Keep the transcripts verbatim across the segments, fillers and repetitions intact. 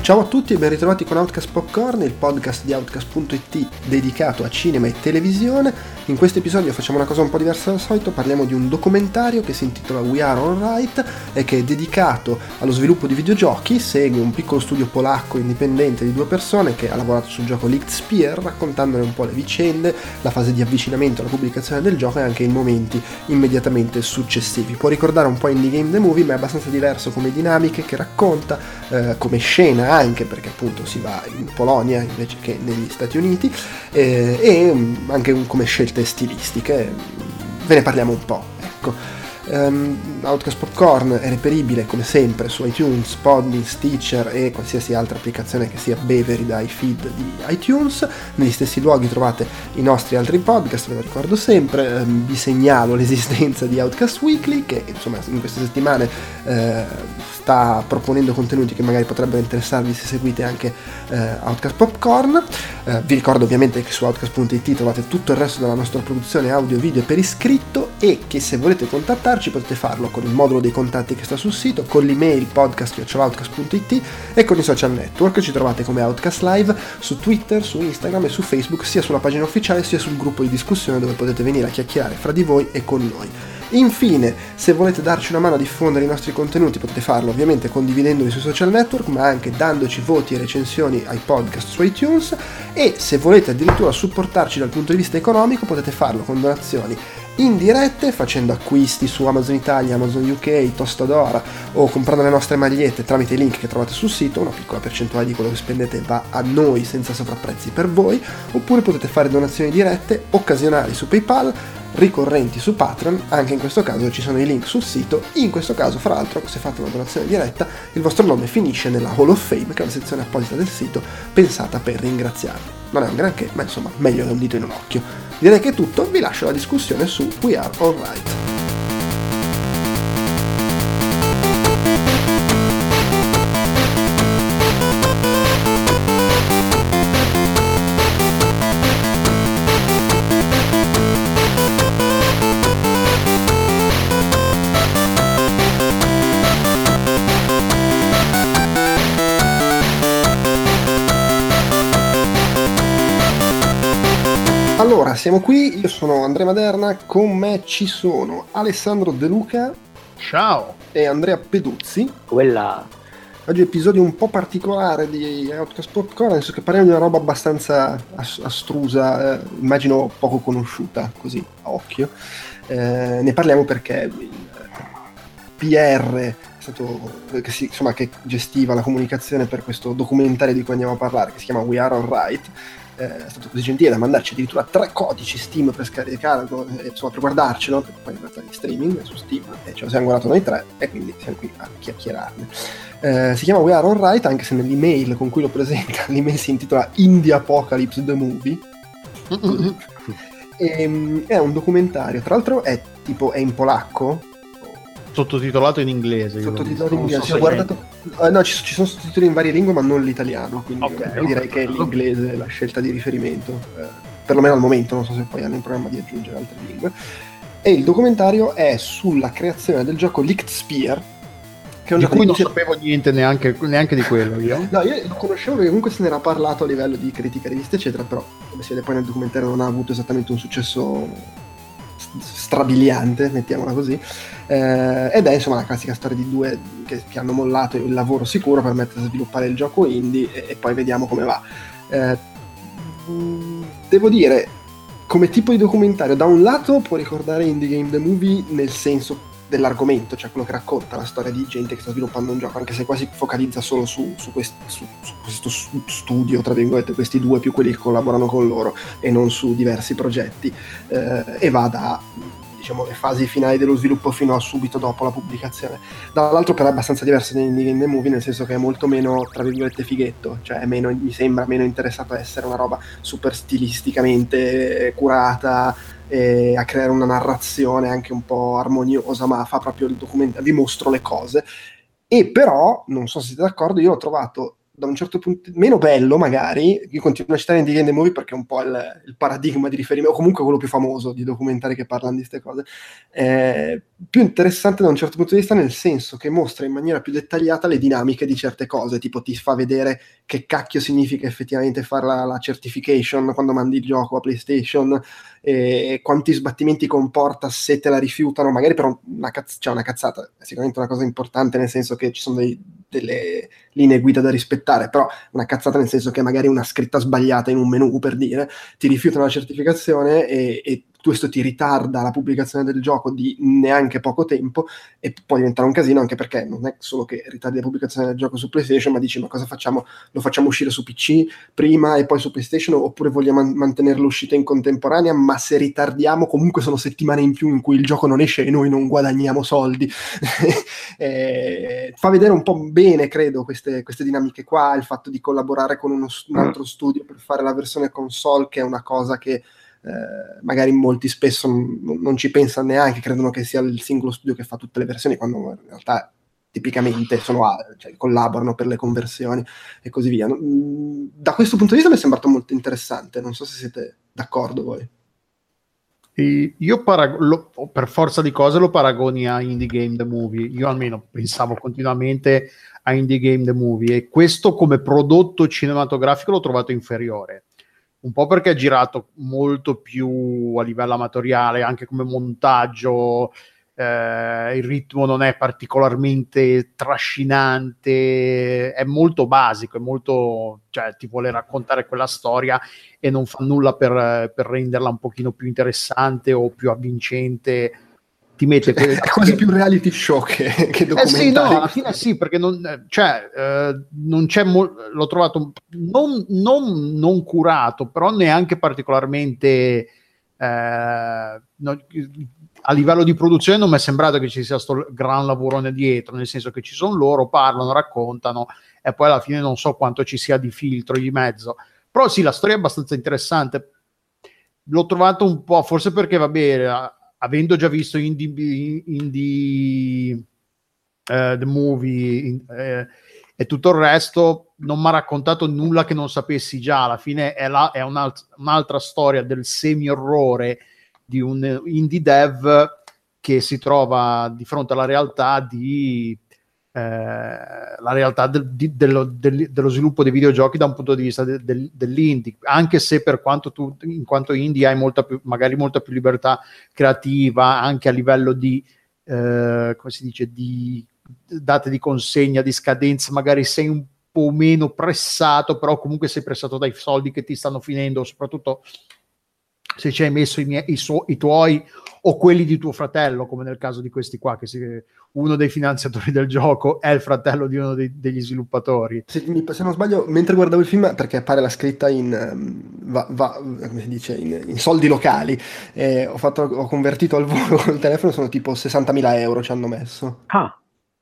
Ciao a tutti e ben ritrovati con Outcast Popcorn, il podcast di Outcast punto it dedicato a cinema e televisione. In questo episodio facciamo una cosa un po' diversa dal solito, parliamo di un documentario che si intitola We Are Alright e che è dedicato allo sviluppo di videogiochi. Segue un piccolo studio polacco indipendente di due persone che ha lavorato sul gioco Licht Spear, raccontandone un po' le vicende, la fase di avvicinamento alla pubblicazione del gioco e anche i momenti immediatamente successivi. Può ricordare un po' Indie Game The Movie, ma è abbastanza diverso come dinamiche che racconta, eh, come scena anche, perché appunto si va in Polonia invece che negli Stati Uniti, eh, e anche un, come scelte stilistiche. Ve ne parliamo un po', ecco. Um, Outcast Popcorn è reperibile come sempre su iTunes, Podbean, Stitcher e qualsiasi altra applicazione che sia beveri dai feed di iTunes. Negli stessi luoghi trovate i nostri altri podcast, ve lo ricordo sempre. Um, vi segnalo l'esistenza di Outcast Weekly, che insomma in queste settimane eh, sta proponendo contenuti che magari potrebbero interessarvi se seguite anche eh, Outcast Popcorn. Eh, vi ricordo ovviamente che su Outcast punto it trovate tutto il resto della nostra produzione audio, video per iscritto, e che se volete contattarci potete farlo con il modulo dei contatti che sta sul sito, con l'email podcast chiocciola outcast punto it e con i social network. Ci trovate come Outcast Live su Twitter, su Instagram e su Facebook, sia sulla pagina ufficiale sia sul gruppo di discussione dove potete venire a chiacchierare fra di voi e con noi. Infine, se volete darci una mano a diffondere i nostri contenuti potete farlo ovviamente condividendoli sui social network, ma anche dandoci voti e recensioni ai podcast su iTunes, e se volete addirittura supportarci dal punto di vista economico potete farlo con donazioni indirette, facendo acquisti su Amazon Italia, Amazon U K, Tostadora, o comprando le nostre magliette tramite i link che trovate sul sito. Una piccola percentuale di quello che spendete va a noi senza sovrapprezzi per voi. Oppure potete fare donazioni dirette, occasionali su PayPal, ricorrenti su Patreon. Anche in questo caso ci sono i link sul sito. In questo caso, fra l'altro, se fate una donazione diretta, il vostro nome finisce nella Hall of Fame, che è una sezione apposita del sito pensata per ringraziarvi. Non è un granché, ma insomma meglio che un dito in un occhio. Direi che è tutto, vi lascio la discussione su We Are Alright. Allora, siamo qui, io sono Andrea Maderna, con me ci sono Alessandro De Luca. Ciao! E Andrea Peduzzi. Quella. Oggi è un episodio un po' particolare di Outcast Popcorn, nel senso che parliamo di una roba abbastanza as- astrusa, eh, immagino poco conosciuta, così a occhio. Eh, ne parliamo perché il P R è stato, che, si, insomma, che gestiva la comunicazione per questo documentario di cui andiamo a parlare, che si chiama We Are Alright. Eh, è stato così gentile da mandarci addirittura tre codici Steam per scaricarlo, eh, insomma per guardarcelo, perché poi in realtà è in streaming su Steam e ce lo siamo guardato noi tre e quindi siamo qui a chiacchierarne. Eh, si chiama We Are Alright, anche se nell'email con cui lo presenta l'email si intitola Indie Apocalypse The Movie. E, è un documentario, tra l'altro è tipo è in polacco, sottotitolato in inglese. Sottotitolato in inglese. So ho guardato... uh, no, ci, ci sono sottotitoli in varie lingue, ma non l'italiano. Quindi okay, direi okay. che è l'inglese la scelta di riferimento, eh, perlomeno al momento. Non so se poi hanno in programma di aggiungere altre lingue. E il documentario è sulla creazione del gioco Licht Spear, che è un di gioco cui di non sapevo niente neanche, neanche di quello io. No, io lo conoscevo perché comunque se ne era parlato a livello di critica, riviste, eccetera. Però, come si vede poi nel documentario, non ha avuto esattamente un successo strabiliante, mettiamola così, eh, ed è insomma la classica storia di due che, che hanno mollato il lavoro sicuro per mettersi a sviluppare il gioco indie e, e poi vediamo come va. Eh, devo dire, come tipo di documentario, da un lato può ricordare Indie Game The Movie nel senso dell'argomento, cioè quello che racconta la storia di gente che sta sviluppando un gioco, anche se quasi focalizza solo su, su, quest, su, su questo studio, tra virgolette, questi due più quelli che collaborano con loro e non su diversi progetti, eh, e va da, diciamo, le fasi finali dello sviluppo fino a subito dopo la pubblicazione. Dall'altro però è abbastanza diverso da Indie Game The Movie, nel senso che è molto meno, tra virgolette, fighetto, cioè è meno, mi sembra meno interessato a essere una roba super stilisticamente curata, e a creare una narrazione anche un po' armoniosa, ma fa proprio il documento, vi mostro le cose. E però, non so se siete d'accordo, io l'ho trovato da un certo punto meno bello magari, io continuo a citare Indie Game The Movie perché è un po' il, il paradigma di riferimento, o comunque quello più famoso di documentari che parlano di queste cose, eh, più interessante da un certo punto di vista, nel senso che mostra in maniera più dettagliata le dinamiche di certe cose, tipo ti fa vedere che cacchio significa effettivamente fare la, la certification quando mandi il gioco a PlayStation, e quanti sbattimenti comporta se te la rifiutano, magari per una, cazz- cioè una cazzata, è sicuramente una cosa importante, nel senso che ci sono dei, delle linee guida da rispettare, però una cazzata nel senso che magari una scritta sbagliata in un menu, per dire, ti rifiutano la certificazione e, e questo ti ritarda la pubblicazione del gioco di neanche poco tempo e può diventare un casino, anche perché non è solo che ritardi la pubblicazione del gioco su PlayStation, ma dici ma cosa facciamo? Lo facciamo uscire su P C prima e poi su PlayStation, oppure vogliamo man- mantenere l'uscita in contemporanea, ma se ritardiamo comunque sono settimane in più in cui il gioco non esce e noi non guadagniamo soldi. eh, fa vedere un po' bene, credo, queste, queste dinamiche qua, il fatto di collaborare con uno, un altro studio per fare la versione console, che è una cosa che Eh, magari molti spesso non, non ci pensano neanche, credono che sia il singolo studio che fa tutte le versioni, quando in realtà tipicamente sono, cioè, collaborano per le conversioni e così via. Da questo punto di vista mi è sembrato molto interessante, non so se siete d'accordo voi. E io parag- lo, per forza di cose lo paragoni a Indie Game The Movie. Io almeno pensavo continuamente a Indie Game The Movie, e questo come prodotto cinematografico l'ho trovato inferiore. Un po' perché è girato molto più a livello amatoriale, anche come montaggio, eh, il ritmo non è particolarmente trascinante, è molto basico, è molto, cioè ti vuole raccontare quella storia e non fa nulla per, per renderla un pochino più interessante o più avvincente. Ti mette cioè, è quasi più reality show che, che documentari. Eh sì, no, alla fine sì, perché non, cioè, eh, non c'è mo- l'ho trovato non, non, non curato, però neanche particolarmente eh, no, a livello di produzione non mi è sembrato che ci sia sto gran lavorone dietro, nel senso che ci sono loro, parlano, raccontano e poi alla fine non so quanto ci sia di filtro di mezzo. Però sì, la storia è abbastanza interessante. L'ho trovato un po', forse perché va bene, avendo già visto Indie, indie uh, The Movie in, eh, e tutto il resto, non mi ha raccontato nulla che non sapessi già. Alla fine è, la, è un'alt- un'altra storia del semi-orrore di un indie dev che si trova di fronte alla realtà di eh, la realtà del, di, dello, del, dello sviluppo dei videogiochi da un punto di vista de, del, dell'indie, anche se per quanto tu in quanto indie hai molta più, magari molta più libertà creativa anche a livello di eh, come si dice, di date di consegna, di scadenza, magari sei un po' meno pressato, però comunque sei pressato dai soldi che ti stanno finendo, soprattutto se ci hai messo i, miei, i, su, i tuoi o quelli di tuo fratello, come nel caso di questi qua, che si, uno dei finanziatori del gioco è il fratello di uno dei, degli sviluppatori. Se, se non sbaglio, mentre guardavo il film, perché appare la scritta in, um, va, va, come si dice, in, in soldi locali, eh, ho, fatto, ho convertito al volo col telefono, sono tipo sessantamila euro ci hanno messo. Ah.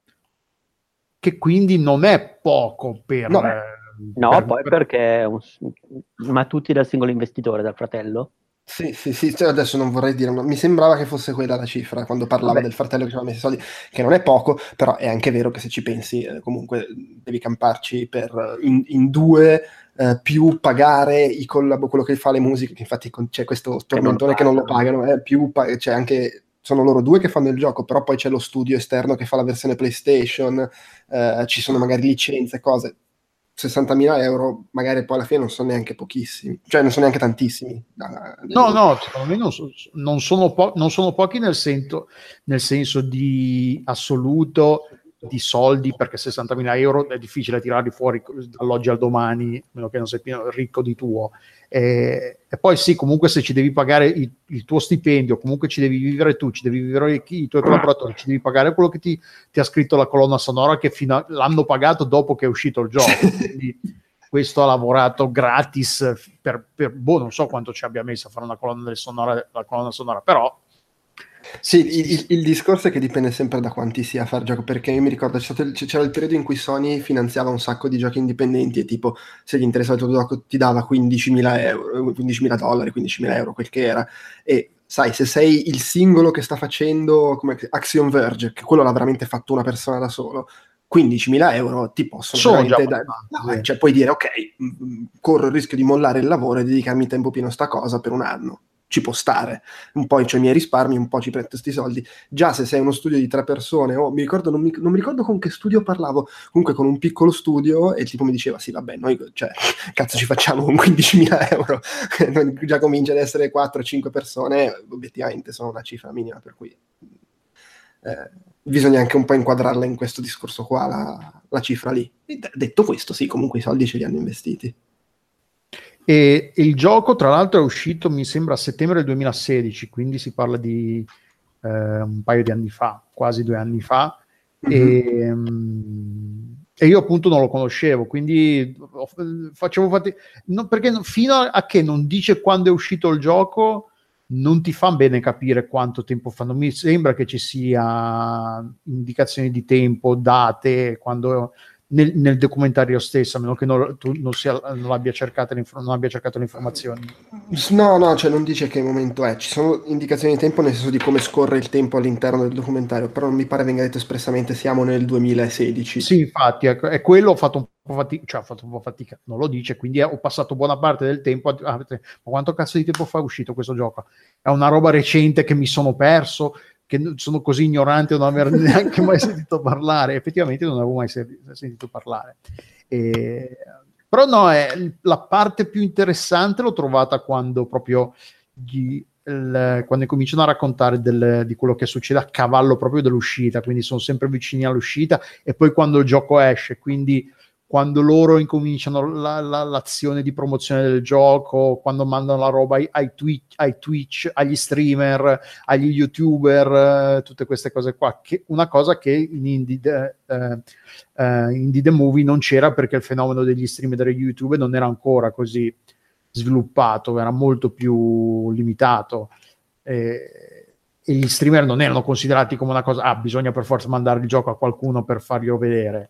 Che quindi non è poco per... No, eh, no per, poi per... perché... Un, ma tutti dal singolo investitore, dal fratello? Sì, sì, sì, cioè adesso non vorrei dire, mi sembrava che fosse quella la cifra quando parlava Vabbè. del fratello che ci aveva messo i soldi, che non è poco, però è anche vero che se ci pensi eh, comunque devi camparci per in, in due eh, più pagare i collab- quello che fa le musiche, che infatti con- c'è questo tormentone che non lo pagano, eh, più pa- c'è anche, sono loro due che fanno il gioco, però poi c'è lo studio esterno che fa la versione PlayStation, eh, ci sono magari licenze, cose. sessantamila euro magari poi alla fine non sono neanche pochissimi, cioè non sono neanche tantissimi. No, no, secondo me non, so, non, sono, po- non sono pochi nel senso, nel senso di assoluto di soldi, perché sessantamila euro è difficile tirarli fuori dall'oggi al domani, a meno che non sei pieno, ricco di tuo. E, e poi sì, comunque se ci devi pagare il, il tuo stipendio, comunque ci devi vivere tu, ci devi vivere i, i tuoi collaboratori, ci devi pagare quello che ti, ti ha scritto la colonna sonora, che fino a, l'hanno pagato dopo che è uscito il gioco. Quindi questo ha lavorato gratis per, per boh, non so quanto ci abbia messo a fare una colonna del sonora, la colonna sonora, però sì, il, il, il discorso è che dipende sempre da quanti sia a far gioco, perché io mi ricordo c'è stato il, c'era il periodo in cui Sony finanziava un sacco di giochi indipendenti e tipo se gli interessava il tuo gioco ti dava quindicimila euro, quindicimila dollari, quindicimila euro, quel che era, e sai, se sei il singolo che sta facendo come Axiom Verge, che quello l'ha veramente fatto una persona da solo, quindicimila euro ti possono Sono veramente già da- abbastanza, no, cioè puoi dire ok, mh, corro il rischio di mollare il lavoro e dedicarmi tempo pieno a sta cosa per un anno, ci può stare, un po' c'ho i miei risparmi, un po' ci prendo questi soldi. Già se sei uno studio di tre persone, o mi ricordo, non mi, non mi ricordo con che studio parlavo, comunque con un piccolo studio, e tipo mi diceva sì vabbè, noi cioè, cazzo ci facciamo con quindicimila euro, già comincia ad essere quattro cinque persone, obiettivamente sono una cifra minima, per cui eh, bisogna anche un po' inquadrarla in questo discorso qua, la, la cifra lì. E d- detto questo, sì, comunque i soldi ce li hanno investiti. E il gioco, tra l'altro, è uscito, mi sembra, a settembre del duemilasedici, quindi si parla di eh, un paio di anni fa, quasi due anni fa, Mhm. e, mm, e io appunto non lo conoscevo, quindi ho- facevo fatica, no, perché no- fino a, a che non dice quando è uscito il gioco, non ti fa bene capire quanto tempo fa. Non mi sembra che ci sia indicazioni di tempo, date, quando nel, nel documentario stesso, a meno che non, tu non, sia, non abbia cercato non abbia cercato le informazioni. No, no, cioè non dice che momento è, ci sono indicazioni di tempo nel senso di come scorre il tempo all'interno del documentario, però non mi pare venga detto espressamente siamo nel duemilasedici. Sì, infatti, ecco, è quello, ho fatto un po' fatica, cioè ho fatto un po' fatica, non lo dice, quindi ho passato buona parte del tempo a, a, ma quanto cazzo di tempo fa è uscito questo gioco? È una roba recente che mi sono perso, che sono così ignorante da non aver neanche mai sentito parlare. Effettivamente non avevo mai se- sentito parlare. E, però no, è, la parte più interessante l'ho trovata quando proprio gli, il, quando cominciano a raccontare del, di quello che succede a cavallo proprio dell'uscita, quindi sono sempre vicini all'uscita, e poi quando il gioco esce, quindi quando loro incominciano la, la, l'azione di promozione del gioco, quando mandano la roba ai, ai, Twitch, ai Twitch, agli streamer, agli YouTuber, eh, tutte queste cose qua, che, una cosa che in Indie the, eh, eh, Indie the Movie non c'era, perché il fenomeno degli streamer e degli YouTuber non era ancora così sviluppato, era molto più limitato, eh, e gli streamer non erano considerati come una cosa, ah, bisogna per forza mandare il gioco a qualcuno per farglielo vedere.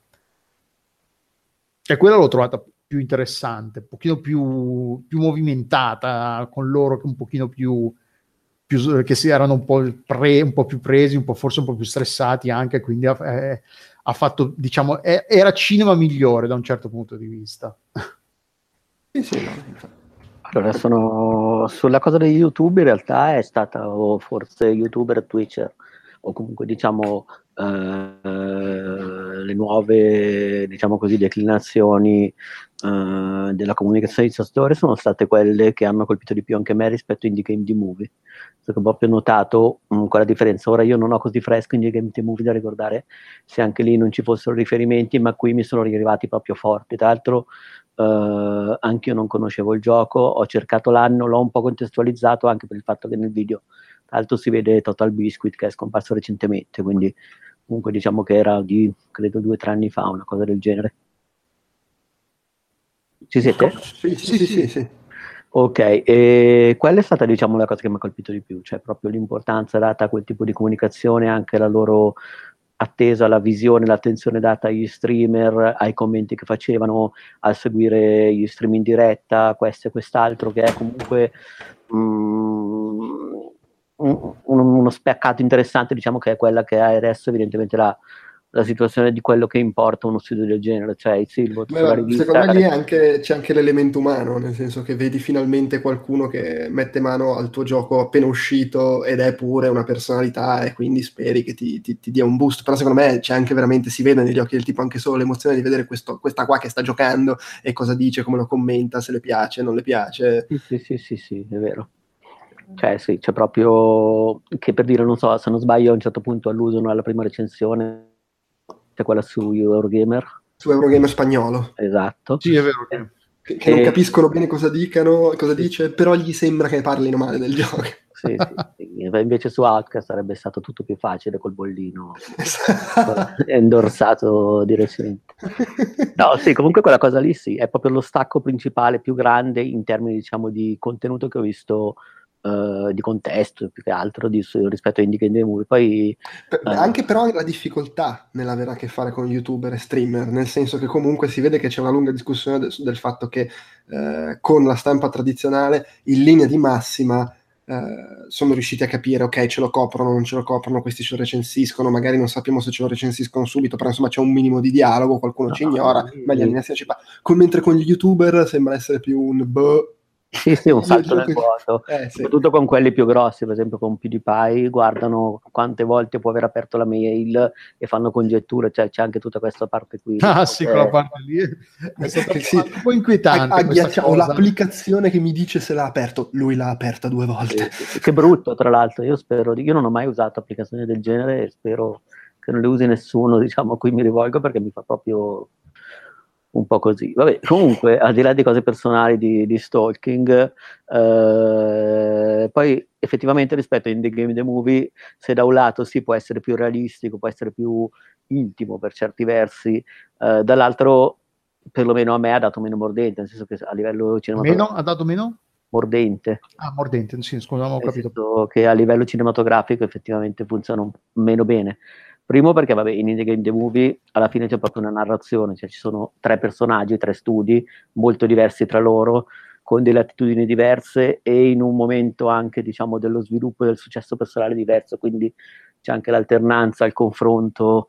E quella l'ho trovata più interessante, un pochino più, più movimentata, con loro che un pochino più, più che si erano un po', pre, un po' più presi, un po' forse un po' più stressati anche, quindi ha, eh, ha fatto, diciamo, è, era cinema migliore da un certo punto di vista. Sì, sì, no, infatti. Allora, sono sulla cosa degli YouTube, in realtà è stata o forse YouTuber e Twitcher, o comunque diciamo eh, le nuove, diciamo così, declinazioni eh, della comunicazione di settore sono state quelle che hanno colpito di più anche me rispetto a Indie Game The Movie. Perché ho proprio notato mh, quella differenza. Ora io non ho così fresco Indie Game The Movie da ricordare se anche lì non ci fossero riferimenti, ma qui mi sono arrivati proprio forti. Tra l'altro Uh, anche io non conoscevo il gioco, ho cercato l'anno, l'ho un po' contestualizzato anche per il fatto che nel video tra l'altro si vede Total Biscuit che è scomparso recentemente, quindi comunque diciamo che era di credo due o tre anni fa, una cosa del genere. Ci siete? Sì, sì, sì, sì, sì. Ok, e quella è stata diciamo la cosa che mi ha colpito di più, cioè proprio l'importanza data a quel tipo di comunicazione, anche la loro attesa, la visione, l'attenzione data agli streamer, ai commenti che facevano, al seguire gli stream in diretta, questo e quest'altro, che è comunque mm, un, uno spaccato interessante, diciamo che è quella che è adesso evidentemente la, la situazione di quello che importa uno studio del genere, cioè il Silbot sulla Beh, rivista. secondo me lì è anche, c'è anche l'elemento umano, nel senso che vedi finalmente qualcuno che mette mano al tuo gioco appena uscito ed è pure una personalità e quindi speri che ti, ti, ti dia un boost. Però secondo me c'è anche veramente, si vede negli occhi del tipo anche solo l'emozione di vedere questo, questa qua che sta giocando e cosa dice, come lo commenta, se le piace, non le piace. Sì, sì, sì, sì, sì, è vero. Cioè sì, c'è proprio, che per dire, non so, se non sbaglio a un certo punto alludono alla prima recensione, c'è quella su Eurogamer. Su Eurogamer spagnolo. Esatto. Sì, è vero che... Che, che non E- capiscono bene cosa dicano, cosa sì, dice, però gli sembra che parlino male del gioco. sì, sì, sì. Invece su Outcast sarebbe stato tutto più facile col bollino endorsato direttamente. No, sì, comunque quella cosa lì sì, è proprio lo stacco principale più grande in termini, diciamo, di contenuto che ho visto, eh, di contesto più che altro di, rispetto a Indie Game Movie. Poi eh, Anche però la difficoltà nell'avere a che fare con youtuber e streamer, nel senso che comunque si vede che c'è una lunga discussione del, del fatto che eh, con la stampa tradizionale in linea di massima eh, sono riusciti a capire, ok, ce lo coprono, non ce lo coprono, questi ce lo recensiscono, magari non sappiamo se ce lo recensiscono subito, però insomma c'è un minimo di dialogo, qualcuno No, ci ignora, sì, ma gli animazioni ci pa- con- mentre con gli youtuber sembra essere più un boh. sì, sì, un Io salto nel gioco- vuoto, eh, sì. soprattutto con quelli più grossi, per esempio con PewDiePie, guardano quante volte può aver aperto la mail e fanno congetture, cioè c'è anche tutta questa parte qui. Ah diciamo sì, che- quella parte lì è stata Che un po', sì, anche un po' inquietante ag- questa agghiaccia- ho cosa. l'applicazione che mi dice se l'ha aperto, lui l'ha aperta due volte. Sì, sì, che brutto, tra l'altro. Io spero, di- io non ho mai usato applicazioni del genere e spero che non le usi nessuno, diciamo, a cui mi rivolgo perché mi fa proprio un po' così. Vabbè, comunque, al di là di cose personali di, di stalking, eh, poi effettivamente rispetto a In the Game the Movie, se da un lato sì può essere più realistico, può essere più intimo per certi versi, eh, dall'altro perlomeno a me ha dato meno mordente, nel senso che a livello Meno? cinematografico Ha dato meno? mordente. Ah, mordente, sì, scusa, non ho Nel capito. senso che a livello cinematografico effettivamente funzionano meno bene. Primo perché, vabbè, in Indie Game The Movie alla fine c'è proprio una narrazione, cioè ci sono tre personaggi, tre studi molto diversi tra loro, con delle attitudini diverse e in un momento anche, diciamo, dello sviluppo e del successo personale diverso, quindi c'è anche l'alternanza, il confronto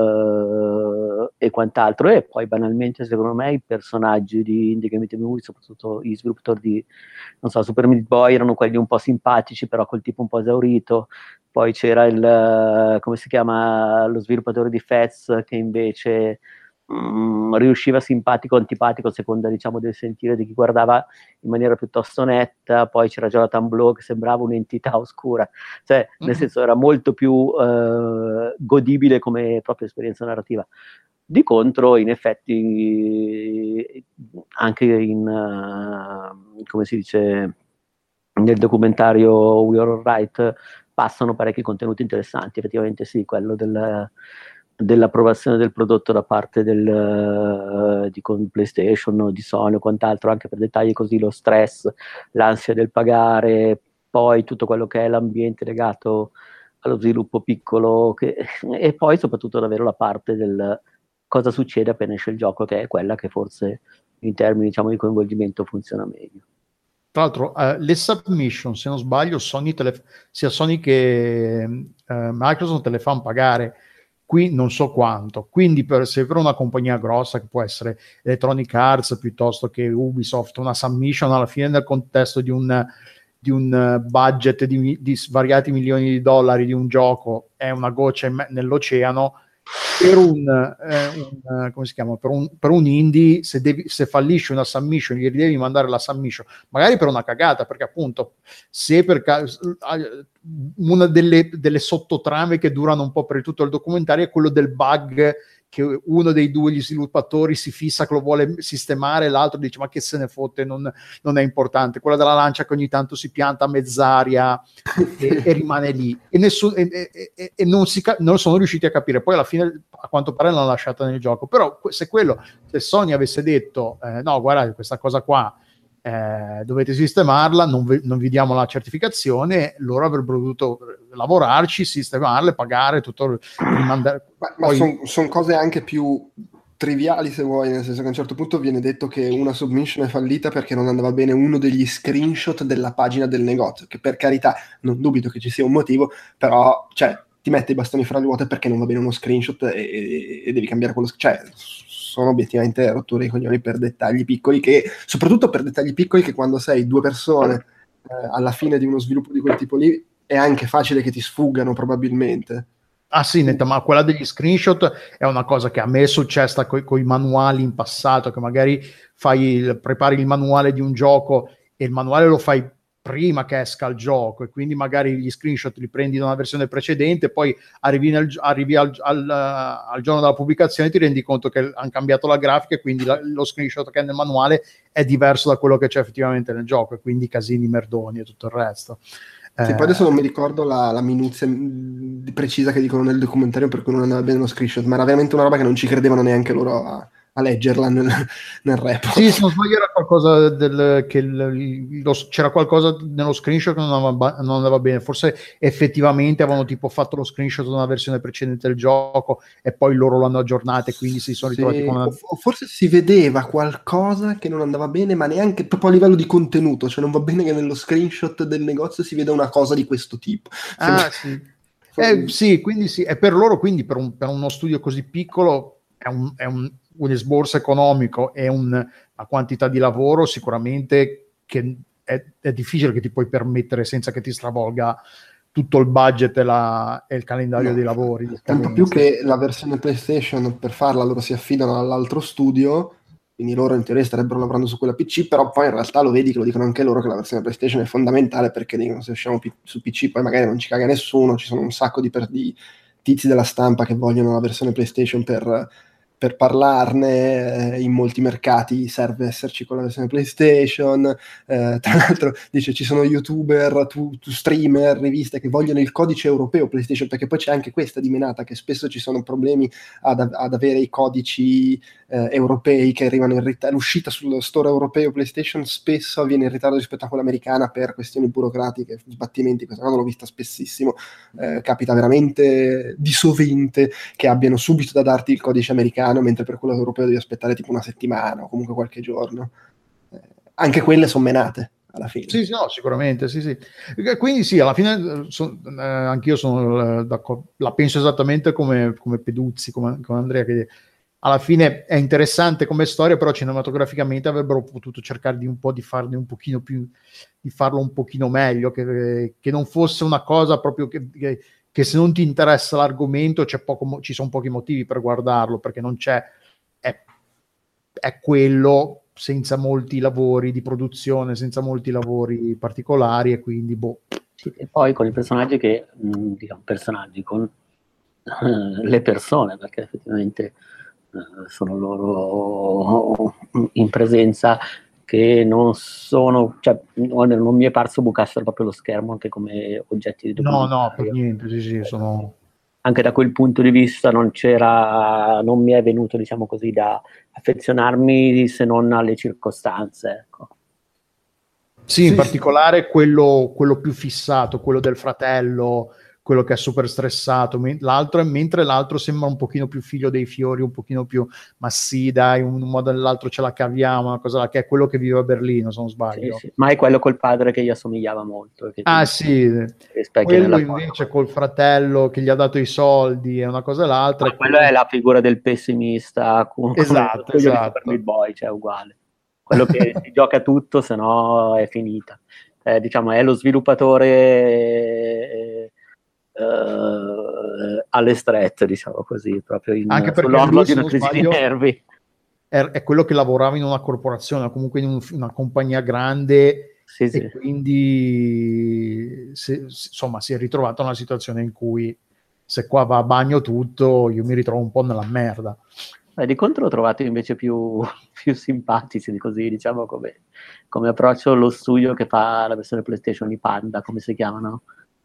eh, e quant'altro. E poi banalmente, secondo me, i personaggi di Indie Game The Movie, soprattutto gli sviluppatori di, non so, Super Meat Boy, erano quelli un po' simpatici, però col tipo un po' esaurito. Poi c'era il, come si chiama, lo sviluppatore di Fez che invece mh, riusciva simpatico o antipatico a seconda, diciamo, del sentire di chi guardava in maniera piuttosto netta. Poi c'era Jonathan Blow che sembrava un'entità oscura, cioè nel Mm-hmm. senso era molto più eh, godibile come propria esperienza narrativa. Di contro, in effetti, anche in, uh, come si dice, nel documentario We Are Alright passano parecchi contenuti interessanti, effettivamente sì, quello del, dell'approvazione del prodotto da parte del, uh, di PlayStation, di Sony o quant'altro, anche per dettagli così, lo stress, l'ansia del pagare, poi tutto quello che è l'ambiente legato allo sviluppo piccolo, che, e poi soprattutto davvero la parte del cosa succede appena esce il gioco, che è quella che forse in termini, diciamo, di coinvolgimento funziona meglio. Tra l'altro, eh, le submission, se non sbaglio, Sony te le, sia Sony che eh, Microsoft te le fanno pagare, qui non so quanto. Quindi per, se per una compagnia grossa, che può essere Electronic Arts piuttosto che Ubisoft, una submission alla fine nel contesto di un, di un budget di, di svariati milioni di dollari di un gioco è una goccia in me, nell'oceano. Per un, eh, un, come si chiama? Per un, per un indie, se, devi, se fallisci una submission, gli devi mandare la submission, magari per una cagata, perché appunto, se per caso una delle, delle sottotrame che durano un po' per tutto il documentario è quello del bug che uno dei due gli sviluppatori si fissa che lo vuole sistemare, l'altro dice ma che se ne fotte, non, non è importante, quella della lancia che ogni tanto si pianta a mezz'aria e, e rimane lì e, nessun, e, e, e non, si, non sono riusciti a capire, poi alla fine a quanto pare l'hanno lasciata nel gioco, però se quello, se Sony avesse detto eh, no guardate questa cosa qua Eh, dovete sistemarla, non vi, non vi diamo la certificazione, loro avrebbero dovuto lavorarci, sistemarle, pagare tutto, rimandare. Ma, ma Poi... sono son cose anche più triviali, se vuoi, nel senso che a un certo punto viene detto che una submission è fallita perché non andava bene uno degli screenshot della pagina del negozio, che per carità non dubito che ci sia un motivo, però cioè, ti mette i bastoni fra le ruote perché non va bene uno screenshot e, e, e devi cambiare quello, cioè sono obiettivamente rotture i coglioni per dettagli piccoli, che soprattutto per dettagli piccoli che quando sei due persone eh, alla fine di uno sviluppo di quel tipo lì è anche facile che ti sfuggano probabilmente. Ah sì, netta, ma quella degli screenshot è una cosa che a me è successa con i manuali in passato, che magari fai il, prepari il manuale di un gioco e il manuale lo fai prima che esca il gioco e quindi magari gli screenshot li prendi da una versione precedente, poi arrivi, nel, arrivi al, al, al giorno della pubblicazione e ti rendi conto che hanno cambiato la grafica e quindi la, lo screenshot che è nel manuale è diverso da quello che c'è effettivamente nel gioco e quindi casini, merdoni e tutto il resto. Sì, poi adesso non mi ricordo la, la minuzia precisa che dicono nel documentario per cui non andava bene lo screenshot, ma era veramente una roba che non ci credevano neanche loro a, a leggerla nel, nel report. Sì, se non sbaglio era qualcosa del, che il, lo, c'era qualcosa nello screenshot che non andava, non andava bene, forse effettivamente avevano tipo fatto lo screenshot di una versione precedente del gioco e poi loro l'hanno aggiornata e quindi si sono ritrovati Sì, con una... o forse si vedeva qualcosa che non andava bene, ma neanche proprio a livello di contenuto, cioè non va bene che nello screenshot del negozio si veda una cosa di questo tipo. Ah, sì. Eh, sì, quindi sì, e per loro, quindi per, un, per uno studio così piccolo è un, è un, un esborso economico e un, una quantità di lavoro sicuramente che è, è difficile che ti puoi permettere senza che ti stravolga tutto il budget e, la, e il calendario No, dei lavori. Di tanto più che la versione PlayStation per farla loro si affidano all'altro studio, quindi loro in teoria starebbero lavorando su quella P C, però poi in realtà lo vedi che lo dicono anche loro che la versione PlayStation è fondamentale perché dicono se usciamo pi- su P C poi magari non ci caga nessuno, ci sono un sacco di, per- di tizi della stampa che vogliono la versione PlayStation per, per parlarne, eh, in molti mercati serve esserci con la versione PlayStation, eh, tra l'altro dice ci sono youtuber, tu, tu streamer, riviste che vogliono il codice europeo PlayStation, perché poi c'è anche questa dimenata che spesso ci sono problemi ad, ad avere i codici eh, europei che arrivano in ritardo. L'uscita sullo store europeo PlayStation spesso avviene in ritardo rispetto a quella americana per questioni burocratiche, sbattimenti, questa cosa l'ho vista spessissimo, eh, capita veramente di sovente che abbiano subito da darti il codice americano, mentre per quello europeo devi aspettare tipo una settimana o comunque qualche giorno. Eh, anche quelle sono menate alla fine. Sì, sì, no, sicuramente, sì, sì. Quindi sì, alla fine so, eh, anch'io sono d'accordo, la penso esattamente come, come Peduzzi, come, come Andrea, che alla fine è interessante come storia, però cinematograficamente avrebbero potuto cercare di un po' di farne un pochino più, di farlo un pochino meglio, che, che non fosse una cosa proprio che, che, che se non ti interessa l'argomento c'è poco, ci sono pochi motivi per guardarlo, perché non c'è, è, è quello senza molti lavori di produzione, senza molti lavori particolari e quindi boh. Sì, e poi con i personaggi che, mh, diciamo, personaggi con uh, le persone, perché effettivamente uh, sono loro in presenza, che non sono, cioè non, non mi è parso bucassero proprio lo schermo anche come oggetti di No, documentario. no, per niente, sì, sì, sono... Anche da quel punto di vista non c'era, non mi è venuto, diciamo così, da affezionarmi se non alle circostanze, ecco. Sì, in Sì, particolare quello, quello più fissato, quello del fratello, quello che è super stressato, l'altro, mentre l'altro sembra un pochino più figlio dei fiori, un pochino più, ma sì, dai, un modo o nell'altro ce la caviamo, una cosa che è quello che vive a Berlino, se non sbaglio. Sì, sì. Ma è quello col padre che gli assomigliava molto. Che Ah sì, quello invece col fratello che gli ha dato i soldi e una cosa e l'altra. Ma quello è la figura del pessimista, come esatto, lo studio esatto. di Super Meat Boy, cioè uguale. Quello che si gioca tutto, se no è finita. Eh, diciamo, è lo sviluppatore eh, eh, alle strette, diciamo così, proprio in, anche perché sull'orlo lui, di una non crisi sbaglio, di nervi. È, è quello che lavorava in una corporazione, comunque in un, una compagnia grande, sì, e sì. quindi se, insomma si è ritrovato in una situazione in cui se qua va a bagno tutto, io mi ritrovo un po' nella merda. Eh, di contro l'ho trovato invece più, più simpatici, così, diciamo, come, come approccio lo studio che fa la versione PlayStation di Panda, come si chiamano?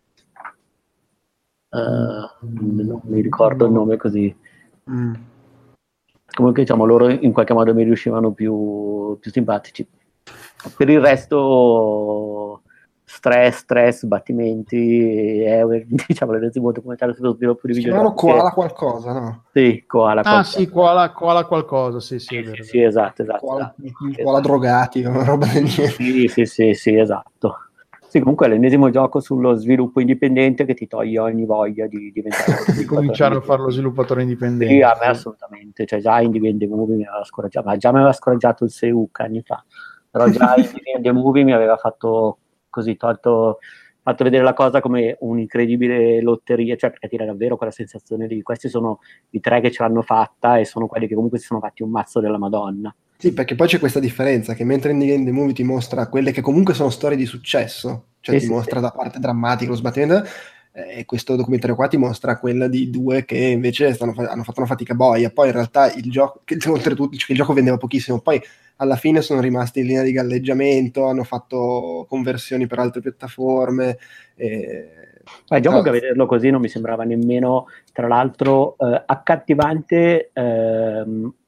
Uh, mm. Non mi ricordo il nome così. Mm. Comunque, diciamo, loro in qualche modo mi riuscivano più, più simpatici. Per il resto, stress, stress, sbattimenti, è, diciamo, l'ennesimo documentario sullo sviluppo di videogiochi. Si chiamano Koala qualcosa, no? Sì, Koala ah qualcosa. sì, Koala, Koala qualcosa, sì, sì, sì, è vero, sì, sì, esatto, esatto. Koala, esatto. koala drogati, una roba del genere. Sì, sì, sì, sì, esatto. Sì, comunque è l'ennesimo gioco sullo sviluppo indipendente che ti toglie ogni voglia di diventare di cominciare a fare lo sviluppatore indipendente. Sì, a me assolutamente, cioè già Indie Game The Movie mi aveva scoraggiato, ma già mi aveva scoraggiato il Seuk anni fa, però già Indie Game The Movie mi aveva fatto così, tolto, fatto vedere la cosa come un'incredibile lotteria, cioè perché ti dà davvero quella sensazione di questi sono i tre che ce l'hanno fatta e sono quelli che comunque si sono fatti un mazzo della Madonna. Sì, perché poi c'è questa differenza, che mentre Indie Game The Movie ti mostra quelle che comunque sono storie di successo, cioè sì, ti sì, mostra sì. da parte drammatica, lo sbattimento, e eh, questo documentario qua ti mostra quella di due che invece stanno, hanno fatto una fatica boia, poi in realtà il gioco, che, oltretutto che il gioco vendeva pochissimo, poi alla fine sono rimasti in linea di galleggiamento, hanno fatto conversioni per altre piattaforme. E... Ma il gioco che a vederlo così non mi sembrava nemmeno, tra l'altro, eh, accattivante, ehm,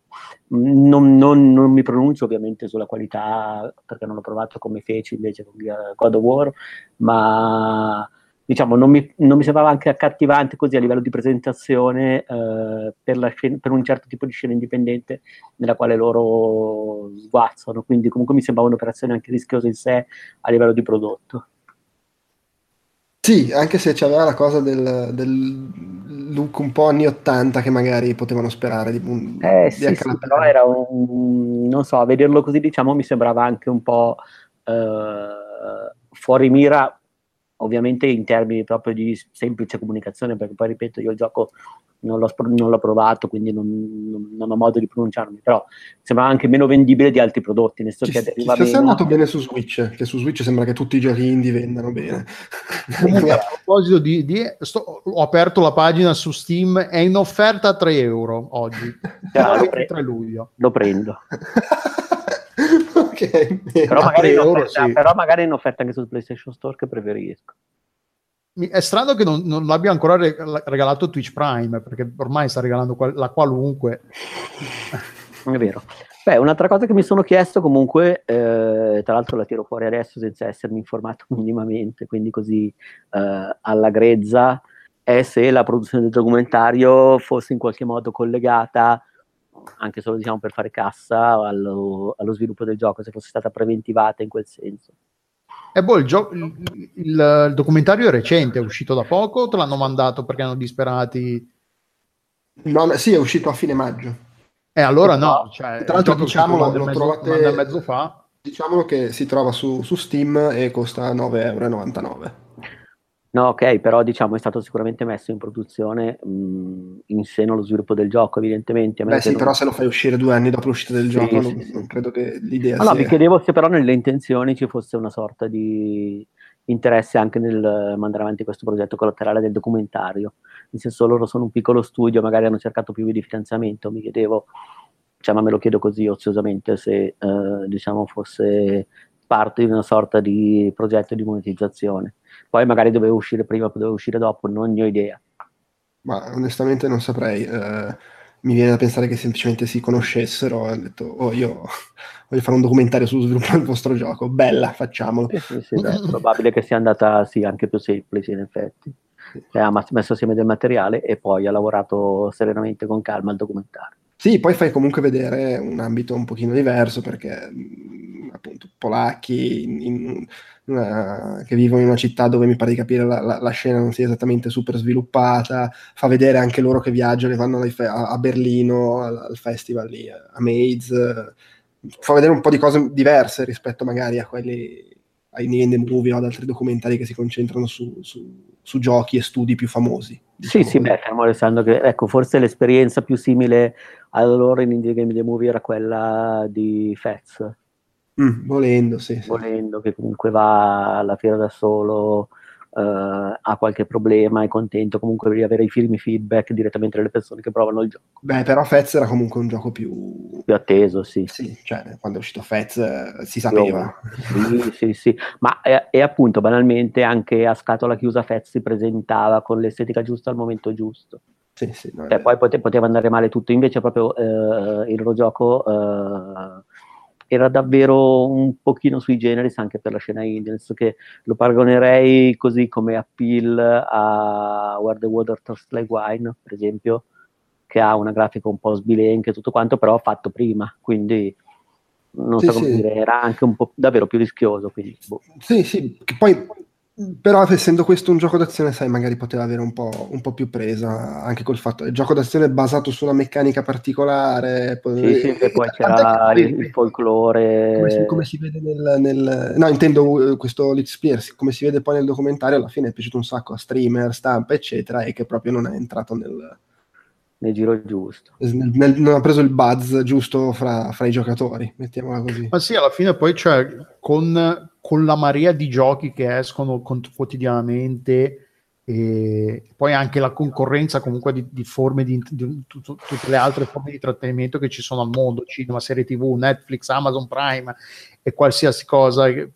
Non, non, non mi pronuncio ovviamente sulla qualità, perché non l'ho provato come feci invece con God of War, ma diciamo non mi, non mi sembrava anche accattivante così a livello di presentazione eh, per, la scena, per un certo tipo di scena indipendente nella quale loro sguazzano, quindi comunque mi sembrava un'operazione anche rischiosa in sé a livello di prodotto. Sì, anche se c'aveva la cosa del, del look un po' anni ottanta che magari potevano sperare di, Eh di sì, sì, però accalappiare. era un, non so, a vederlo così diciamo mi sembrava anche un po' eh, fuori mira, ovviamente in termini proprio di semplice comunicazione, perché poi ripeto, io il gioco non l'ho, non l'ho provato, quindi non, non, non ho modo di pronunciarmi, però sembrava anche meno vendibile di altri prodotti, nel senso che Chissà, aderiva chissà se è meno. andato bene su Switch, che su Switch sembra che tutti i giochi indie vendano bene. Comunque, a proposito di, di sto, ho aperto la pagina su Steam, è in offerta a tre euro oggi, fino Ah, al lo, pre- ventitré luglio. lo prendo. Ok, bene. Però A magari, tre in euro, offerta, sì. però magari in offerta anche sul PlayStation Store, che preferisco. Mi- È strano che non, non l'abbia ancora re- regalato Twitch Prime, perché ormai sta regalando qual- la qualunque. È vero. Beh, un'altra cosa che mi sono chiesto comunque, eh, tra l'altro la tiro fuori adesso senza essermi informato minimamente, quindi così eh, alla grezza, è se la produzione del documentario fosse in qualche modo collegata, anche solo diciamo per fare cassa, allo, allo sviluppo del gioco, se fosse stata preventivata in quel senso. E boh, il, gio- il, il- il documentario è recente, è uscito da poco o te l'hanno mandato perché erano disperati? No, no, sì, è uscito a fine maggio. E Che allora però, no, cioè, Tra il l'altro gioco è uscito un diciamolo, anno e lo mezzo, un anno e mezzo trovate, fa. diciamolo che si trova su, su Steam e costa nove virgola novantanove euro. no, ok, però diciamo è stato sicuramente messo in produzione mh, in seno allo sviluppo del gioco, evidentemente, a meno Beh che sì, però non. se lo fai uscire due anni dopo l'uscita del Sì, gioco, sì, non, sì. non credo che l'idea No, no, mi sia... chiedevo se però nelle intenzioni ci fosse una sorta di interesse anche nel mandare avanti questo progetto collaterale del documentario. Nel senso, loro sono un piccolo studio, magari hanno cercato più di finanziamento, mi chiedevo, cioè, ma me lo chiedo così oziosamente, se eh, diciamo fosse parte di una sorta di progetto di monetizzazione. Poi magari doveva uscire prima, doveva uscire dopo, non ne ho idea. Ma onestamente non saprei. Eh, mi viene da pensare che semplicemente si conoscessero e hanno detto, oh, io voglio fare un documentario sullo sviluppo del vostro gioco. Bella, facciamolo. Sì, sì, sì, beh, è probabile che sia andata sì, anche più semplice in effetti. Cioè, ha mas- messo assieme del materiale e poi ha lavorato serenamente con calma al documentario. Sì, poi fai comunque vedere un ambito un pochino diverso perché mh, appunto polacchi in- in una- che vivono in una città dove mi pare di capire la, la- la scena non sia esattamente super sviluppata, fa vedere anche loro che viaggiano e vanno ai fe- a, a Berlino al, al festival lì, a Maze, eh, fa vedere un po' di cose diverse rispetto magari a quelli ai Niende Movie o ad altri documentari che si concentrano su, su- su giochi e studi più famosi, Sì, diciamo sì, così. beh, fermo restando che, ecco, forse l'esperienza più simile a loro in Indie Game The Movie era quella di Fez, Mm, volendo, sì, sì. volendo, che comunque va alla fiera da solo, eh, ha qualche problema, è contento comunque di avere i primi feedback direttamente dalle persone che provano il gioco. Beh, però Fez era comunque un gioco più... Più atteso, sì. Sì, cioè, quando è uscito Fez eh, si Più sapeva. ovunque. Sì, sì, sì, ma e, e appunto banalmente anche a scatola chiusa Fez si presentava con l'estetica giusta al momento giusto. Sì, sì, no, è Cioè, poi vero. pote- poteva andare male tutto, invece proprio eh, il loro gioco eh, era davvero un pochino sui generis anche per la scena indie, nel senso che lo paragonerei così come appeal a Where the Water Tastes Like Wine, per esempio, che ha una grafica un po' sbilenca e tutto quanto, però fatto prima, quindi non Sì, so come sì. dire, era anche un po' davvero più rischioso, quindi boh. Sì, sì, che poi, però essendo questo un gioco d'azione, sai, magari poteva avere un po', un po' più presa, anche col fatto che il gioco d'azione è basato su una meccanica particolare, Sì, poi- sì, e poi tant'è che c'era il, poi, il come si, come folklore. si vede nel, nel- no, intendo eh, questo Leak Spears, come si vede poi nel documentario, alla fine è piaciuto un sacco a streamer, stampa, eccetera, e che proprio non è entrato nel, Nel giro giusto. nel- nel- non ha preso il buzz giusto fra, fra i giocatori, mettiamola così. Ma sì, alla fine poi c'è con, con la marea di giochi che escono con- quotidianamente e poi anche la concorrenza comunque di, di forme di, di tut- tutte le altre forme di intrattenimento che ci sono al mondo, cinema, serie tivù, Netflix, Amazon Prime e qualsiasi cosa, eh,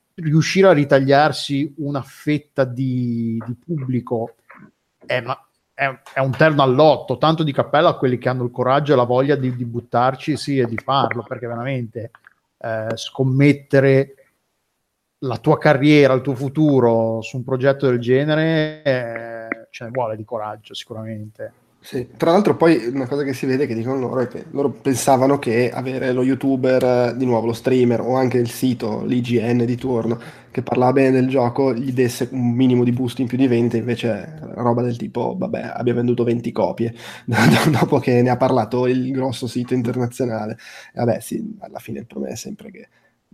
riuscire a ritagliarsi una fetta di, di pubblico è, ma è, è un terno all'otto, tanto di cappello a quelli che hanno il coraggio e la voglia di, di buttarci, sì, e di farlo, perché veramente eh, scommettere la tua carriera, il tuo futuro su un progetto del genere eh, ce ne vuole di coraggio sicuramente. Sì. Tra l'altro poi una cosa che si vede che dicono loro è che loro pensavano che avere lo youtuber, di nuovo lo streamer o anche il sito, l'I G N di turno, che parlava bene del gioco, gli desse un minimo di boost in più di vendita, invece roba del tipo, vabbè, abbia venduto venti copie, dopo che ne ha parlato il grosso sito internazionale. E vabbè sì, alla fine il problema è sempre che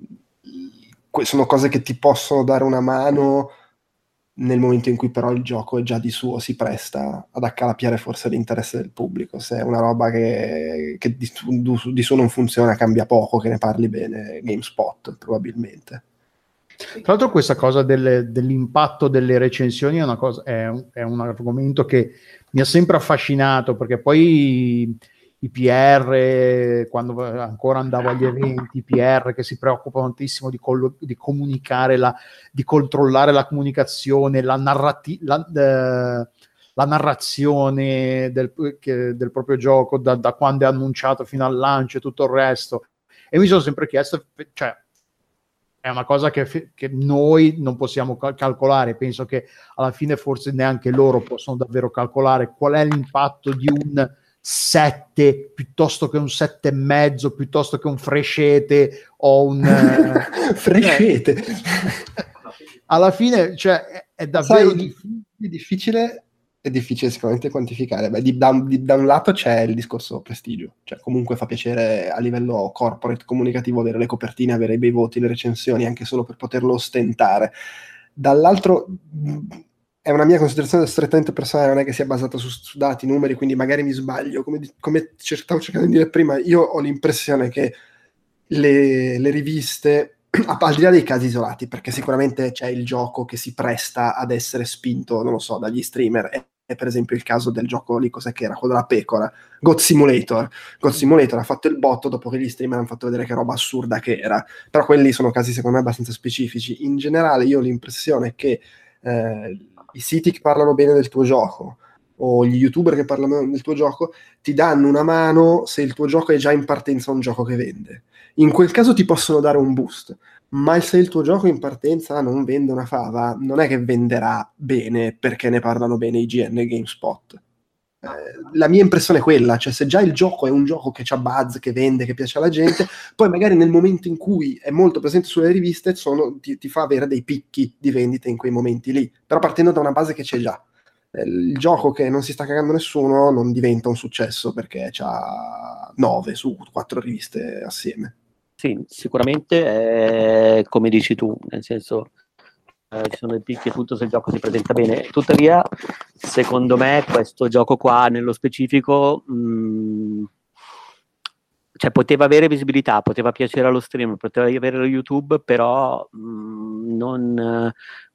sono cose che ti possono dare una mano nel momento in cui però il gioco già di suo si presta ad accalappiare forse l'interesse del pubblico. Se è una roba che, che di, di suo non funziona, cambia poco che ne parli bene GameSpot probabilmente. Tra l'altro questa cosa delle, dell'impatto delle recensioni è, una cosa, è, un, è un argomento che mi ha sempre affascinato, perché poi i P R, quando ancora andavo agli eventi, i P R che si preoccupano tantissimo di, collo, di comunicare, la, di controllare la comunicazione, la, narrati- la, eh, la narrazione del, che, del proprio gioco, da, da quando è annunciato fino al lancio e tutto il resto. E mi sono sempre chiesto, cioè, è una cosa che, che noi non possiamo cal- calcolare, penso che alla fine forse neanche loro possono davvero calcolare qual è l'impatto di un sette piuttosto che un sette e mezzo, piuttosto che un Frescete o un eh, Frescete alla fine, cioè, è, è davvero Sai, difficile. È difficile è difficile sicuramente quantificare. Beh, di, da, di, da un lato c'è il discorso prestigio, cioè comunque fa piacere a livello corporate comunicativo avere le copertine, avere i bei voti, le recensioni, anche solo per poterlo ostentare. Dall'altro è una mia considerazione strettamente personale, non è che sia basata su, su dati, numeri, quindi magari mi sbaglio. Come, come stavo cercando di dire prima, io ho l'impressione che le, le riviste, al di là dei casi isolati, perché sicuramente c'è il gioco che si presta ad essere spinto, non lo so, dagli streamer, è, è per esempio il caso del gioco lì, cos'è che era? Quello della pecora, God Simulator. God Simulator ha fatto il botto dopo che gli streamer hanno fatto vedere che roba assurda che era, però quelli sono casi secondo me abbastanza specifici. In generale io ho l'impressione che eh, i siti che parlano bene del tuo gioco o gli youtuber che parlano del tuo gioco ti danno una mano se il tuo gioco è già in partenza un gioco che vende. In quel caso ti possono dare un boost, ma se il tuo gioco in partenza non vende una fava, non è che venderà bene perché ne parlano bene I G N e GameSpot. Eh, la mia impressione è quella, cioè se già il gioco è un gioco che c'ha buzz, che vende, che piace alla gente, poi magari nel momento in cui è molto presente sulle riviste sono, ti, ti fa avere dei picchi di vendita in quei momenti lì, però partendo da una base che c'è già. Il gioco che non si sta cagando nessuno non diventa un successo perché c'ha nove su quattro riviste assieme. Sì, sicuramente è come dici tu, nel senso eh, ci sono dei picchi e tutto se il gioco si presenta bene. Tuttavia, secondo me, questo gioco qua nello specifico mh, cioè poteva avere visibilità, poteva piacere allo stream, poteva avere lo YouTube, però mh, non...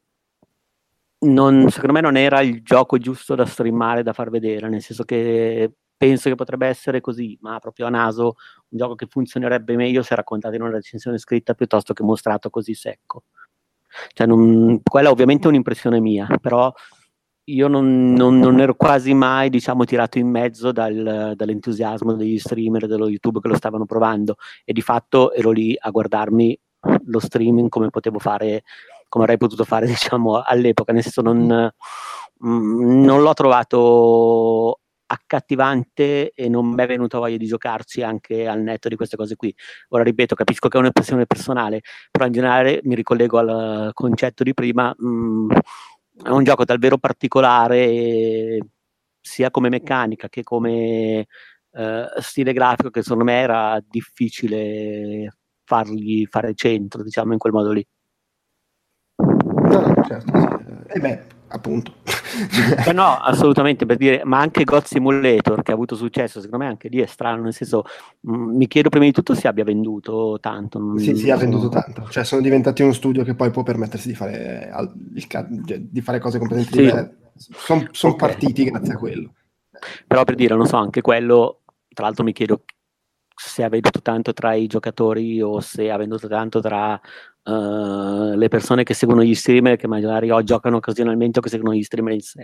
Non, secondo me non era il gioco giusto da streamare, da far vedere, nel senso che penso che potrebbe essere così, ma proprio a naso un gioco che funzionerebbe meglio se raccontato in una recensione scritta piuttosto che mostrato così secco. Cioè non, quella ovviamente è un'impressione mia, però io non, non, non ero quasi mai, diciamo, tirato in mezzo dal, dall'entusiasmo degli streamer dello YouTube che lo stavano provando, e di fatto ero lì a guardarmi lo streaming come potevo fare, come avrei potuto fare, diciamo, all'epoca, nel senso non, mh, non l'ho trovato accattivante e non mi è venuta voglia di giocarci anche al netto di queste cose qui. Ora ripeto, capisco che è un'impressione personale, però in generale mi ricollego al concetto di prima, mh, è un gioco davvero particolare sia come meccanica che come eh, stile grafico, che secondo me era difficile fargli fare centro, diciamo, in quel modo lì. No, no, certo, sì. E beh, appunto. Eh no, assolutamente, per dire, ma anche God Simulator che ha avuto successo, secondo me anche lì è strano, nel senso, mh, mi chiedo prima di tutto se abbia venduto tanto. Non, sì, sì, ha sono... venduto tanto, cioè sono diventati uno studio che poi può permettersi di fare, al, il, di fare cose completamente sì. diverse. Sono son Okay. partiti grazie a quello. Però per dire, non so, anche quello, tra l'altro mi chiedo se ha venduto tanto tra i giocatori o se ha venduto tanto tra uh, le persone che seguono gli streamer, che magari o giocano occasionalmente o che seguono gli streamer in sé.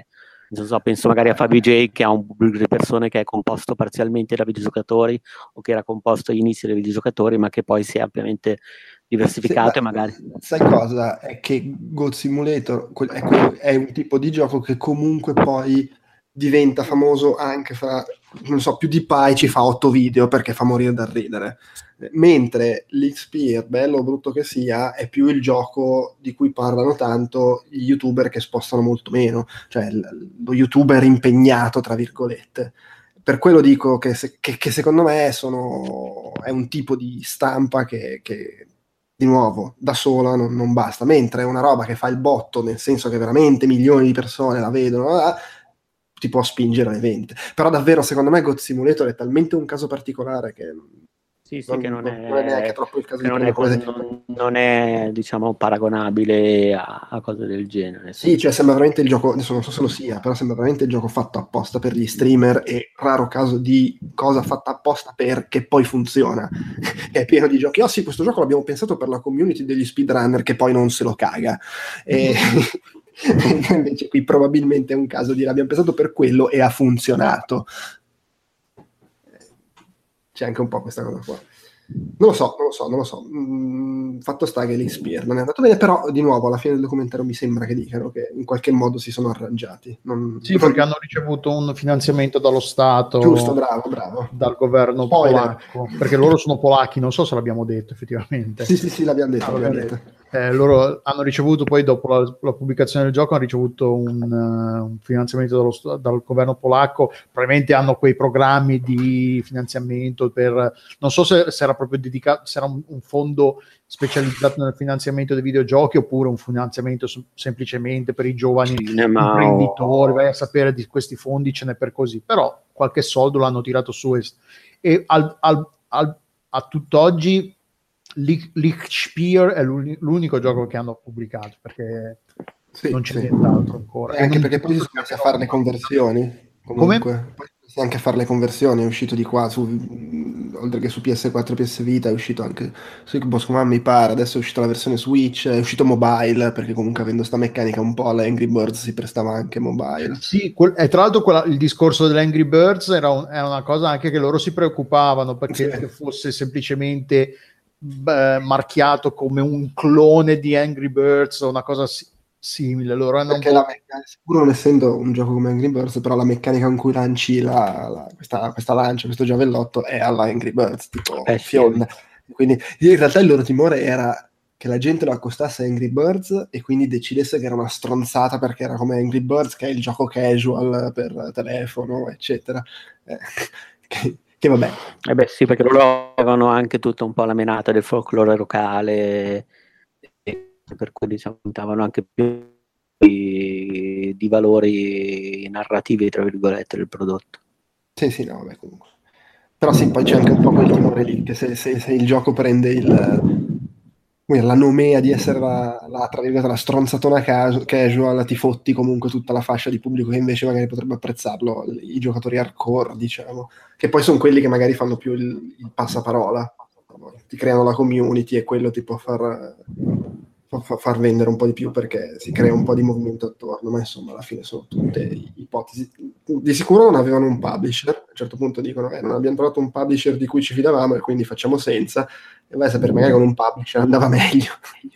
Non so, penso magari a Fabio J, che ha un pubblico di persone che è composto parzialmente da videogiocatori o che era composto all'inizio dai videogiocatori, ma che poi si è ampiamente diversificato. Sì, e magari sai cosa? È che Goat Simulator è, quel, è un tipo di gioco che comunque poi diventa famoso anche fra, non so, più di Pai ci fa otto video perché fa morire dal ridere, mentre l'X-Peer, bello o brutto che sia, è più il gioco di cui parlano tanto gli youtuber che spostano molto meno, cioè lo youtuber impegnato tra virgolette. Per quello dico che, se, che, che secondo me sono, è un tipo di stampa che, che di nuovo da sola non, non basta, mentre è una roba che fa il botto, nel senso che veramente milioni di persone la vedono, eh, ti può spingere alle vendite. Però davvero secondo me Goat Simulator è talmente un caso particolare che sì, sì, non, che non, non, è, non è neanche troppo il caso che di non è, come non, non è diciamo paragonabile a, a cose del genere. Sì, cioè sembra veramente il gioco, adesso non so se lo sia, però sembra veramente il gioco fatto apposta per gli streamer e raro caso di cosa fatta apposta per che poi funziona. È pieno di giochi. Oh sì, questo gioco l'abbiamo pensato per la community degli speedrunner che poi non se lo caga. E invece qui probabilmente è un caso di l'abbiamo pensato per quello e ha funzionato. C'è anche un po' questa cosa qua. Non lo so, non lo so, non lo so. Mm, fatto sta che l'X-Peer non è andato bene, però di nuovo alla fine del documentario mi sembra che dicano che in qualche modo si sono arrangiati. Non, sì, perché non... hanno ricevuto un finanziamento dallo Stato. Giusto, bravo, bravo. Dal governo Spoiler. polacco, perché loro sono polacchi, non so se l'abbiamo detto effettivamente. Sì, sì, sì, l'abbiamo detto. Ah, l'abbiamo detto. detto. Eh, loro hanno ricevuto poi dopo la, la pubblicazione del gioco hanno ricevuto un, uh, un finanziamento dallo, dal governo polacco, probabilmente hanno quei programmi di finanziamento per, non so se, se era proprio dedicato, se era un, un fondo specializzato nel finanziamento dei videogiochi oppure un finanziamento su, semplicemente per i giovani Cinema imprenditori, o... vai a sapere di questi fondi ce n'è per così, però qualche soldo l'hanno tirato su e, e al, al, al, a tutt'oggi l'X-Peer è l'unico gioco che hanno pubblicato perché sì, non c'è sì. nient'altro ancora. E anche perché poi si sono messi a fare le conversioni. Comunque. Come? Poi si anche a fare le conversioni, è uscito di qua, su, oltre che su P S quattro e P S Vita, è uscito anche su Xbox One, mi pare, adesso è uscita la versione Switch, è uscito mobile, perché comunque avendo sta meccanica un po' alla Angry Birds si prestava anche mobile. Sì, quel, e tra l'altro quella, il discorso dell'Angry Birds era, un, era una cosa anche che loro si preoccupavano, perché sì. Che fosse semplicemente beh, marchiato come un clone di Angry Birds o una cosa si- simile. Loro hanno perché un po'... la meccanica, sicuro non essendo un gioco come Angry Birds, però la meccanica con cui lanci la, la, questa, questa lancia, questo giavellotto è alla Angry Birds, tipo eh, fionda. Sì. Quindi in realtà il loro timore era che la gente lo accostasse a Angry Birds e quindi decidesse che era una stronzata perché era come Angry Birds, che è il gioco casual per telefono, eccetera. Eh, che, che vabbè. Eh beh sì, perché loro avevano anche tutta un po' la menata del folklore locale, e per cui diciamo puntavano anche più di, di valori narrativi, tra virgolette, del prodotto. Sì, sì, no, vabbè, comunque. Però sì, poi c'è anche un po' quel timore lì, che se, se, se il gioco prende il... la nomea di essere la, la, tra virgolette, la stronzatona casual, ti fotti comunque tutta la fascia di pubblico che invece magari potrebbe apprezzarlo, i giocatori hardcore, diciamo, che poi sono quelli che magari fanno più il, il passaparola, ti creano la community e quello ti può far, far, far vendere un po' di più perché si crea un po' di movimento attorno, ma insomma alla fine sono tutte ipotesi. Di sicuro non avevano un publisher, a un certo punto dicono eh, non abbiamo trovato un publisher di cui ci fidavamo e quindi facciamo senza, e vai a sapere magari con un publisher andava meglio.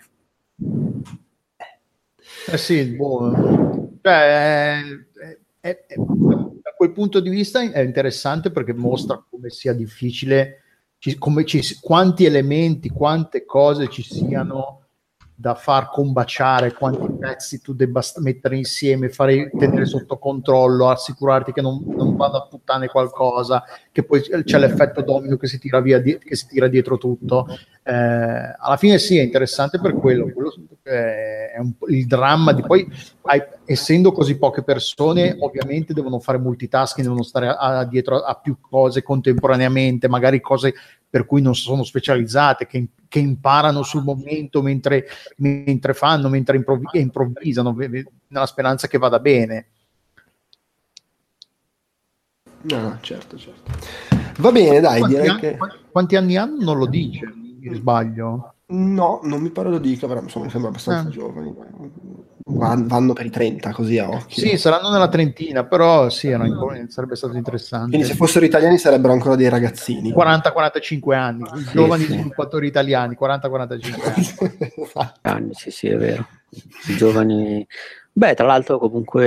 Eh sì, boh. Cioè, è, è, è, da quel punto di vista è interessante perché mostra come sia difficile, ci, come ci, quanti elementi, quante cose ci siano da far combaciare, quanti pezzi tu debba mettere insieme, fare, tenere sotto controllo, assicurarti che non, non vada a puttane qualcosa, che poi c'è l'effetto domino che si tira via, che si tira dietro tutto. Eh, alla fine sì, è interessante per quello, quello eh, è un, il dramma di poi, hai, essendo così poche persone, ovviamente devono fare multitasking, devono stare a, a, dietro a, a più cose contemporaneamente, magari cose per cui non sono specializzate, che, che imparano sul momento mentre, mentre fanno, mentre improvv- improvvisano, nella speranza che vada bene. No, certo, certo. Va bene, dai, quanti direi anni, che... Quanti anni hanno? Non lo dice, mi sbaglio? No, non mi pare lo dica, però insomma mi sembra abbastanza eh. giovani. vanno per i trenta così a occhio. Sì, saranno nella trentina, però sì, sarebbe stato interessante. Quindi se fossero italiani sarebbero ancora dei ragazzini. quaranta quarantacinque anni, i sì, giovani sì. sviluppatori italiani, quaranta quarantacinque anni. anni. Sì, sì, è vero. I giovani... Beh, tra l'altro comunque,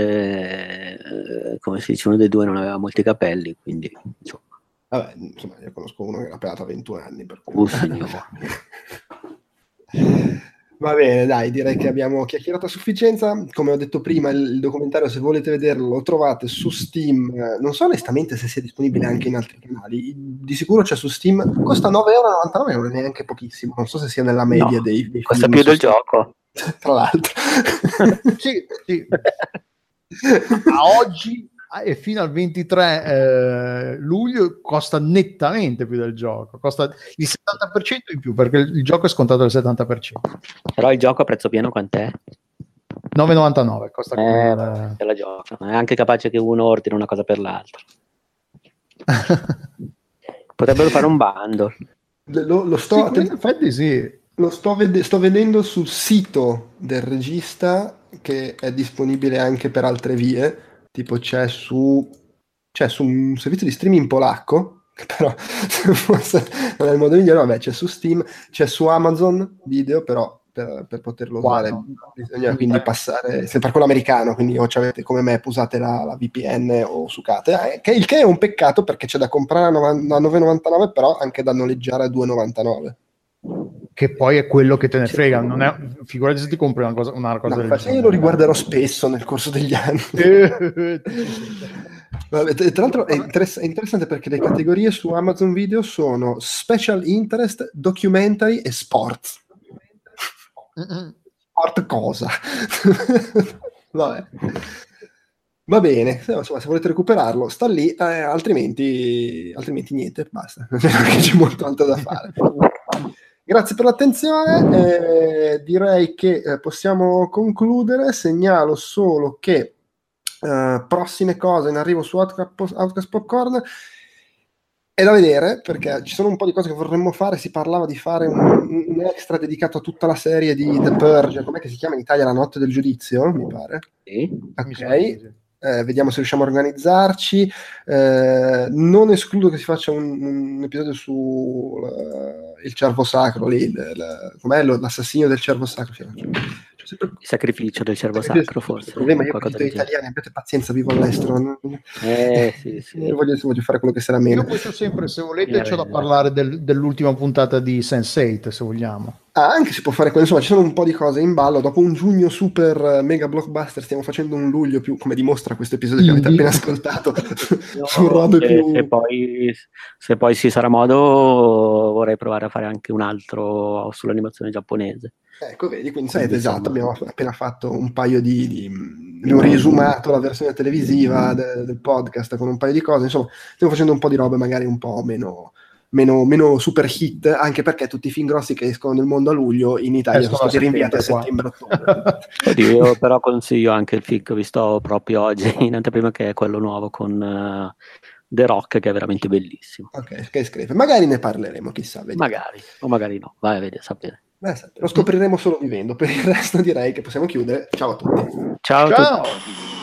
eh, come si dice, uno dei due non aveva molti capelli, quindi... Insomma. Vabbè, insomma, io conosco uno che era appena a ventuno anni. Per cui... Oh, signore. Va bene, dai, direi che abbiamo chiacchierato a sufficienza. Come ho detto prima, il, il documentario, se volete vederlo, lo trovate su Steam. Non so onestamente se sia disponibile anche in altri canali. Di sicuro c'è su Steam. Costa nove virgola novantanove euro, non è neanche pochissimo. Non so se sia nella media No, dei, dei costa film più su del Steam. gioco. Tra l'altro. Sì, sì. A oggi e fino al ventitré eh, luglio costa nettamente più del gioco, costa il settanta per cento in più, perché il, il gioco è scontato al settanta per cento. Però il gioco a prezzo pieno quant'è? nove virgola novantanove costa eh, come... se la gioca. È anche capace che uno ordini una cosa per l'altra. Potrebbero fare un bundle. Lo, lo sto, sì, in effetti sì. Lo sto, ved- sto vedendo sul sito del regista, che è disponibile anche per altre vie, tipo c'è su, c'è su un servizio di streaming polacco, che però forse non è il modo migliore, vabbè, c'è su Steam, c'è su Amazon Video, però per, per poterlo usare Wow. bisogna quindi passare, sempre quello americano, quindi o avete come me, usate la, la V P N o sucate, eh, che, il che è un peccato perché c'è da comprare a nove virgola novantanove, però anche da noleggiare a due virgola novantanove. Che poi è quello che te ne frega, non è, figurati se ti compri una cosa, una cosa no, del genere. Io lo riguarderò spesso nel corso degli anni. Vabbè, tra l'altro è, interess- è interessante perché le categorie su Amazon Video sono Special Interest, Documentary e Sports. Sport cosa? Vabbè. Va bene, insomma, se volete recuperarlo sta lì, eh, altrimenti, altrimenti niente, basta, non c'è molto altro da fare. Grazie per l'attenzione, eh, direi che eh, possiamo concludere. Segnalo solo che eh, prossime cose in arrivo su Outcast, Outcast Popcorn è da vedere, perché ci sono un po' di cose che vorremmo fare. Si parlava di fare un, un extra dedicato a tutta la serie di The Purge, com'è che si chiama in Italia? La notte del giudizio, mi pare. Sì. Ok. Eh, vediamo se riusciamo a organizzarci. Eh, non escludo che si faccia un, un episodio su uh, il cervo sacro lì, l, l, com'è lo, l'assassinio del cervo sacro. Cioè, sempre... il sacrificio del cervo sacro, forse. Il problema è che io italiani, abbiate pazienza, vivo all'estero. Eh, sì, sì. Io voglio, voglio fare quello che sarà meno. Io posso sempre, se volete, c'ho da parlare del, dell'ultima puntata di sense eight, se vogliamo. Ah, anche si può fare quello, insomma, ci sono un po' di cose in ballo. Dopo un giugno super mega blockbuster, stiamo facendo un luglio più, come dimostra questo episodio che avete appena ascoltato, no, su robe se, più... Se poi, se poi ci sarà modo, vorrei provare a fare anche un altro sull'animazione giapponese. Ecco, vedi, quindi sai, esatto, abbiamo appena fatto un paio di... di abbiamo riesumato la versione televisiva de, del podcast con un paio di cose, insomma, stiamo facendo un po' di robe magari un po' meno... Meno, meno super hit, anche perché tutti i film grossi che escono nel mondo a luglio in Italia escono sono stati rinviati a settembre-ottobre. Io però consiglio anche il film che ho visto proprio oggi in anteprima, che è quello nuovo con uh, The Rock, che è veramente bellissimo. Ok, che scrive. Magari ne parleremo, chissà. Vediamo. Magari, o magari no, vai a vedere, sapere. Beh, lo scopriremo solo vivendo. Per il resto direi che possiamo chiudere. Ciao a tutti. Ciao, Ciao. A tutti.